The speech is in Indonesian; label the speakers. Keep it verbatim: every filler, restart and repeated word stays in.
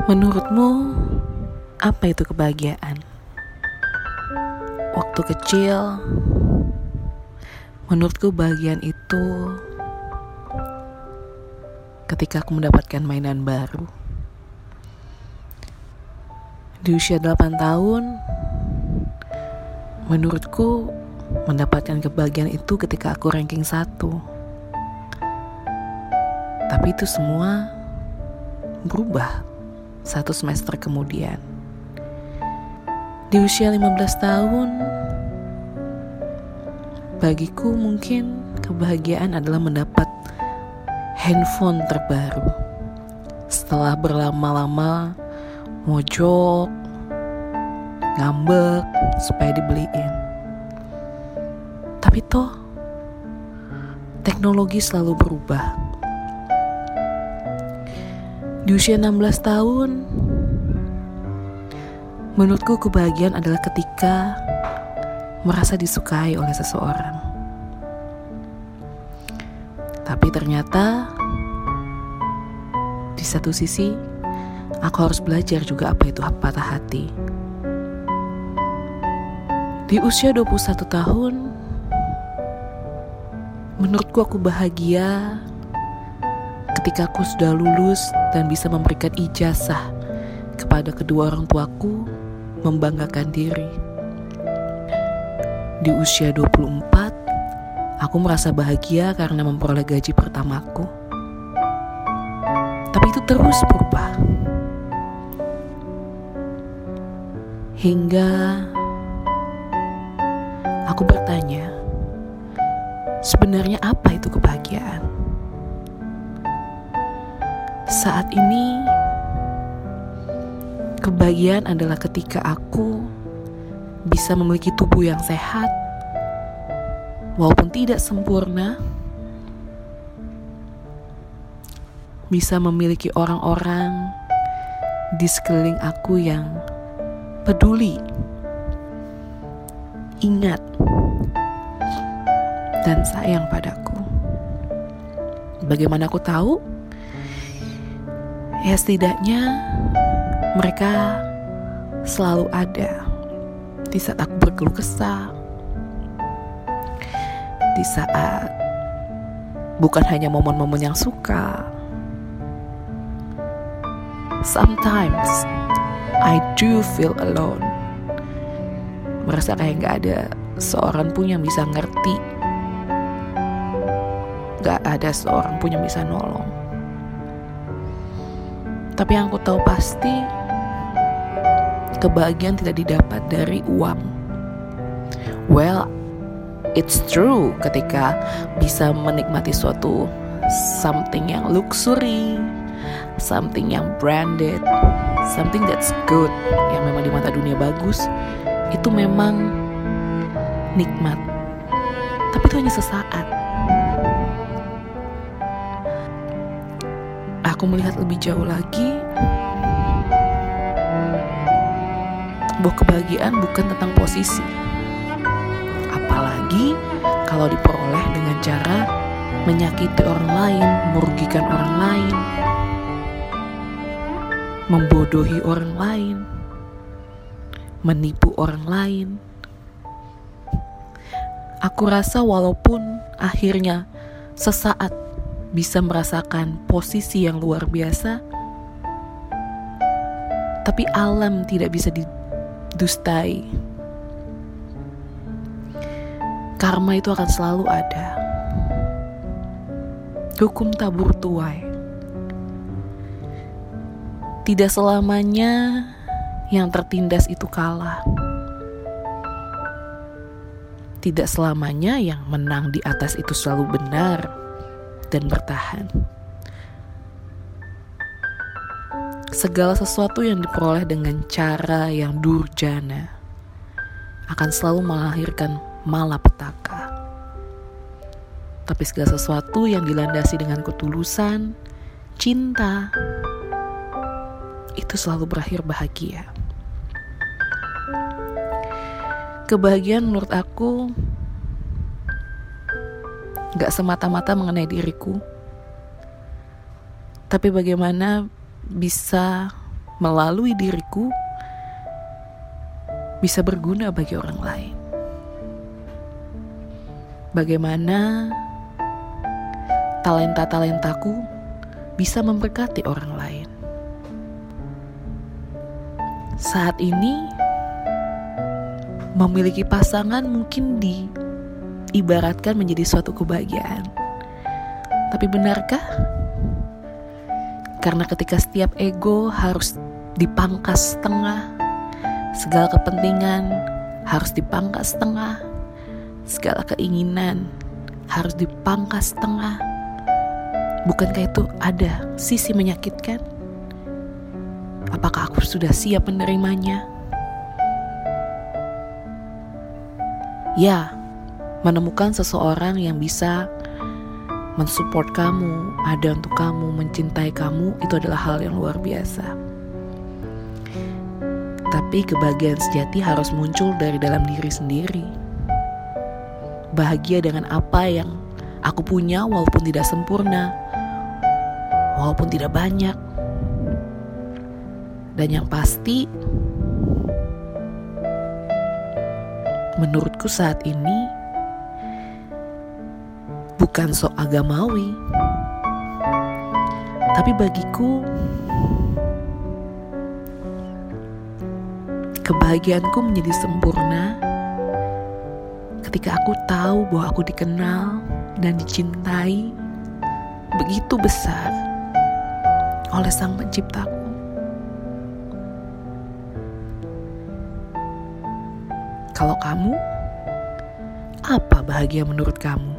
Speaker 1: Menurutmu, apa itu kebahagiaan? Waktu kecil, menurutku kebahagiaan itu ketika aku mendapatkan mainan baru. Di usia delapan tahun, menurutku mendapatkan kebahagiaan itu ketika aku ranking satu. Tapi itu semua berubah satu semester kemudian. Di usia lima belas tahun, bagiku mungkin kebahagiaan adalah mendapat handphone terbaru. Setelah berlama-lama mojok, ngambek supaya dibeliin. Tapi toh teknologi selalu berubah. Di usia enam belas tahun, menurutku kebahagiaan adalah ketika merasa disukai oleh seseorang. Tapi ternyata di satu sisi aku harus belajar juga apa itu patah hati. Di usia dua puluh satu tahun, menurutku aku bahagia ketika aku sudah lulus dan bisa memberikan ijazah kepada kedua orang tuaku, membanggakan diri. Di usia dua puluh empat, aku merasa bahagia karena memperoleh gaji pertamaku. Tapi itu terus berubah. Hingga aku bertanya, sebenarnya apa itu kebahagiaan? Saat ini, kebahagiaan adalah ketika aku bisa memiliki tubuh yang sehat, walaupun tidak sempurna, bisa memiliki orang-orang di sekeliling aku yang peduli, ingat, dan sayang padaku. Bagaimana aku tahu? Ya setidaknya mereka selalu ada di saat aku berkeluh kesah, di saat bukan hanya momen-momen yang suka. Sometimes I do feel alone, merasa kayak gak ada seorang pun yang bisa ngerti, gak ada seorang pun yang bisa nolong. Tapi yang aku tahu pasti, kebahagiaan tidak didapat dari uang. Well, it's true ketika bisa menikmati suatu something yang luxury, something yang branded, something that's good, yang memang di mata dunia bagus, itu memang nikmat. Tapi itu hanya sesaat. Aku melihat lebih jauh lagi bahwa kebahagiaan bukan tentang posisi, apalagi kalau diperoleh dengan cara menyakiti orang lain, merugikan orang lain, membodohi orang lain, menipu orang lain. Aku rasa walaupun akhirnya sesaat bisa merasakan posisi yang luar biasa, tapi alam tidak bisa didustai. Karma itu akan selalu ada. Hukum tabur tuai. Tidak selamanya yang tertindas itu kalah. Tidak selamanya yang menang di atas itu selalu benar dan bertahan. Segala sesuatu yang diperoleh dengan cara yang durjana akan selalu melahirkan malapetaka. Tapi segala sesuatu yang dilandasi dengan ketulusan, cinta, itu selalu berakhir bahagia. Kebahagiaan menurut aku gak semata-mata mengenai diriku, tapi bagaimana bisa melalui diriku bisa berguna bagi orang lain. Bagaimana talenta-talentaku bisa memberkati orang lain. Saat ini memiliki pasangan mungkin diibaratkan menjadi suatu kebahagiaan. Tapi benarkah? Karena ketika setiap ego harus dipangkas setengah, segala kepentingan harus dipangkas setengah, segala keinginan harus dipangkas setengah, bukankah itu ada sisi menyakitkan? Apakah aku sudah siap menerimanya? Ya, menemukan seseorang yang bisa mensupport kamu, ada untuk kamu, mencintai kamu, itu adalah hal yang luar biasa. Tapi kebahagiaan sejati harus muncul dari dalam diri sendiri. Bahagia dengan apa yang aku punya walaupun tidak sempurna, walaupun tidak banyak. Dan yang pasti, menurutku saat ini bukan sok agamawi, tapi bagiku kebahagiaanku menjadi sempurna ketika aku tahu bahwa aku dikenal dan dicintai begitu besar oleh Sang Penciptaku. Kalau kamu, apa bahagia menurut kamu?